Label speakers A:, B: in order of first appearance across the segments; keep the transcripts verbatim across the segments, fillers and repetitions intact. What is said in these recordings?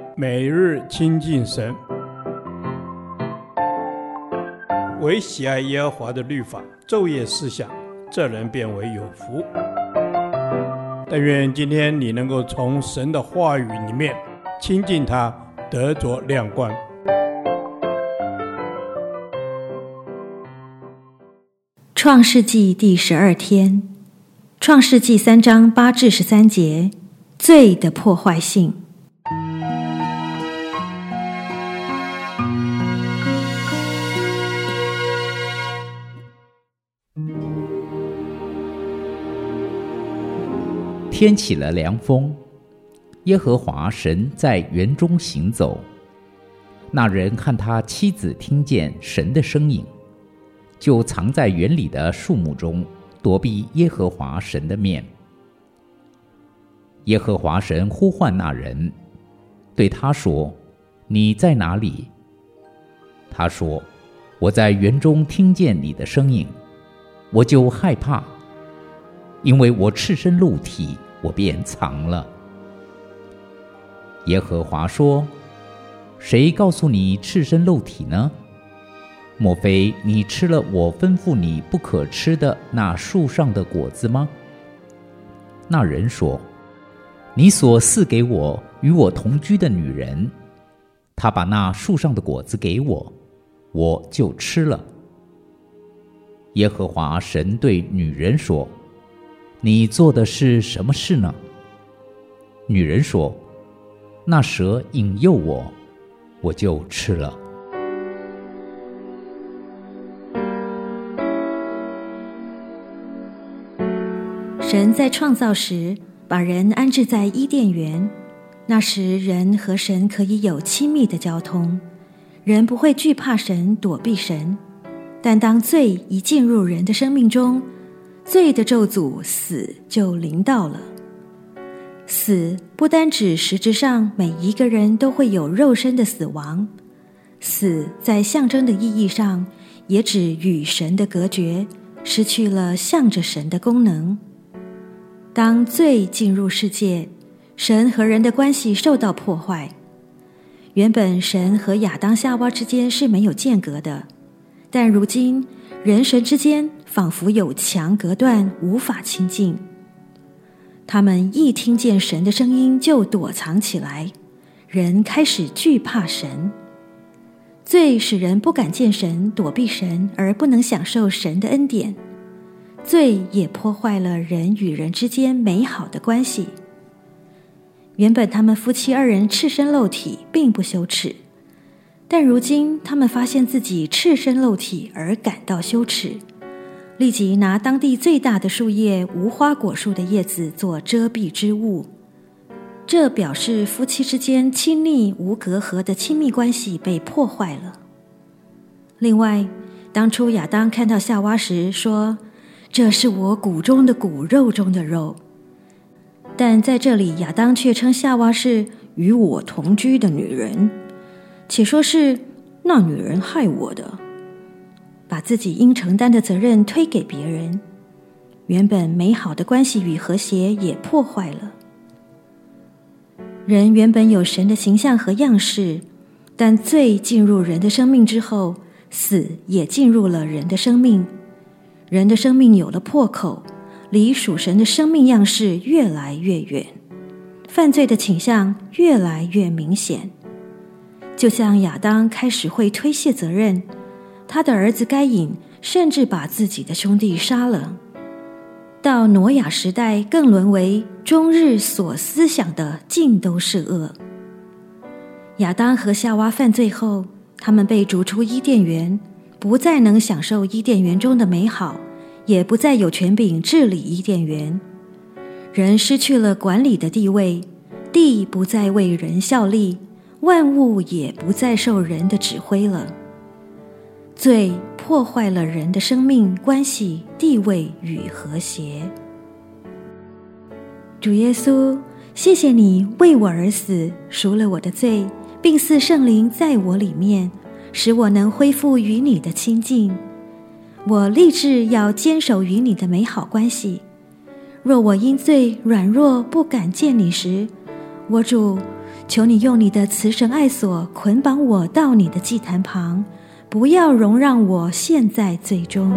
A: 每日亲近神，唯喜爱耶和华的律法，昼夜思想，这人变为有福。但愿今天你能够从神的话语里面亲近他，得着亮光。
B: 创世纪第十二天，创世纪三章八至十三节，罪的破坏性。
C: 天起了凉风，耶和华神在园中行走。那人和他妻子听见神的声音，就藏在园里的树木中，躲避耶和华神的面。耶和华神呼唤那人，对他说：“你在哪里？”他说：“我在园中听见你的声音，我就害怕，因为我赤身露体，我便藏了。”耶和华说：“谁告诉你赤身露体呢？莫非你吃了我吩咐你不可吃的那树上的果子吗？”那人说：“你所赐给我与我同居的女人，她把那树上的果子给我，我就吃了。”耶和华神对女人说：“你做的是什么事呢？”女人说：“那蛇引诱我，我就吃了。”
B: 神在创造时把人安置在伊甸园，那时人和神可以有亲密的交通，人不会惧怕神，躲避神。但当罪一进入人的生命中，罪的咒诅死就临到了。死不单指实质上每一个人都会有肉身的死亡，死在象征的意义上也指与神的隔绝，失去了向着神的功能。当罪进入世界，神和人的关系受到破坏。原本神和亚当夏娃之间是没有间隔的，但如今人神之间仿佛有墙隔断，无法亲近。他们一听见神的声音就躲藏起来，人开始惧怕神。罪使人不敢见神，躲避神，而不能享受神的恩典。罪也破坏了人与人之间美好的关系。原本他们夫妻二人赤身露体，并不羞耻，但如今他们发现自己赤身露体而感到羞耻，立即拿当地最大的树叶无花果树的叶子做遮蔽之物。这表示夫妻之间亲昵无隔阂的亲密关系被破坏了。另外，当初亚当看到夏娃时说：“这是我骨中的骨，肉中的肉。”但在这里亚当却称夏娃是与我同居的女人，且说是那女人害我的，把自己应承担的责任推给别人。原本美好的关系与和谐也破坏了。人原本有神的形象和样式，但罪进入人的生命之后，死也进入了人的生命。人的生命有了破口，离属神的生命样式越来越远，犯罪的倾向越来越明显。就像亚当开始会推卸责任，他的儿子该隐甚至把自己的兄弟杀了。到挪亚时代，更沦为终日所思想的尽都是恶。亚当和夏娃犯罪后，他们被逐出伊甸园，不再能享受伊甸园中的美好，也不再有权柄治理伊甸园。人失去了管理的地位，地不再为人效力，万物也不再受人的指挥了。罪破坏了人的生命、关系、地位与和谐。主耶稣，谢谢你为我而死，赎了我的罪，并赐圣灵在我里面，使我能恢复与你的亲近。我立志要坚守与你的美好关系。若我因罪软弱不敢见你时，我主， 求你用你的慈神爱锁捆绑我到你的祭坛旁，不要容让我陷在罪中。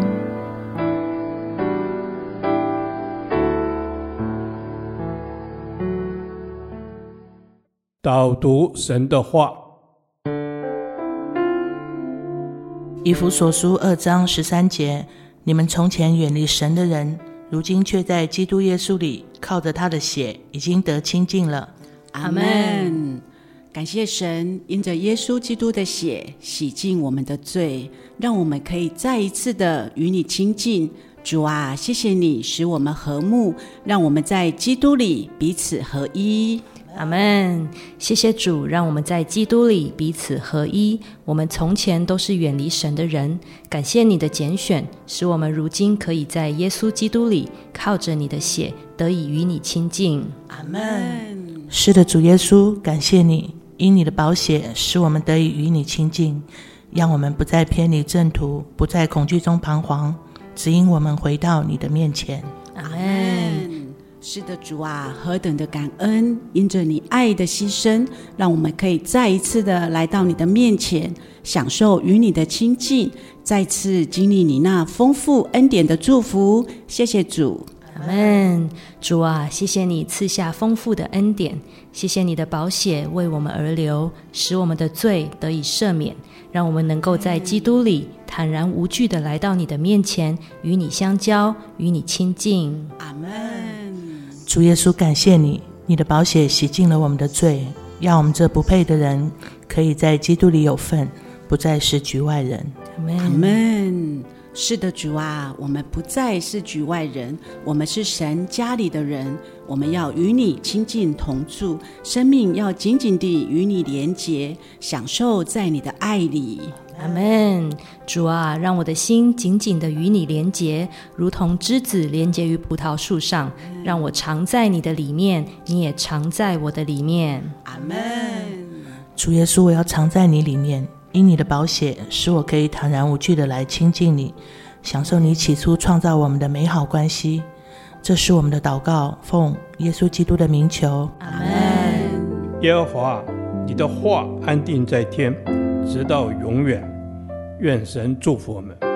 A: 导读神的话。
D: 以弗所书二章十三节，你们从前远离神的人，如今却在基督耶稣里靠着他的血已经得清净了。
E: 阿们。感谢神，因着耶稣基督的血洗净我们的罪，让我们可以再一次的与你亲近。主啊，谢谢你使我们和睦，让我们在基督里彼此合一。
F: 阿们。谢谢主，让我们在基督里彼此合一。我们从前都是远离神的人，感谢你的拣选，使我们如今可以在耶稣基督里靠着你的血得以与你亲近。
D: 阿们。是的，主耶稣，感谢你，因你的宝血使我们得以与你亲近，让我们不再偏离正途，不在恐惧中彷徨，指引我们回到你的面前。
F: 阿们。
E: 是的，主啊，何等的感恩，因着你爱的牺牲，让我们可以再一次的来到你的面前，享受与你的亲近，再次经历你那丰富恩典的祝福。谢谢主。
F: 阿们。主啊，谢谢你赐下丰富的恩典，谢谢你的宝血为我们而流，使我们的罪得以赦免，让我们能够在基督里坦然无惧地来到你的面前，与你相交，与你亲近。
E: 阿们。
D: 主耶稣，感谢你，你的宝血洗净了我们的罪，让我们这不配的人可以在基督里有份，不再是局外人。
E: 阿们。是的，主啊，我们不再是局外人，我们是神家里的人，我们要与你亲近同住，生命要紧紧地与你连结，享受在你的爱里。
F: 阿们。主啊，让我的心紧紧地与你连结，如同枝子连结于葡萄树上，让我常在你的里面，你也常在我的里面。
E: 阿们。
D: 主耶稣，我要常在你里面，因你的宝血使我可以坦然无惧地来亲近你，享受你起初创造我们的美好关系。这是我们的祷告，奉耶稣基督的名求。
F: 阿们。
A: 耶和华，你的话安定在天，直到永远。愿神祝福我们。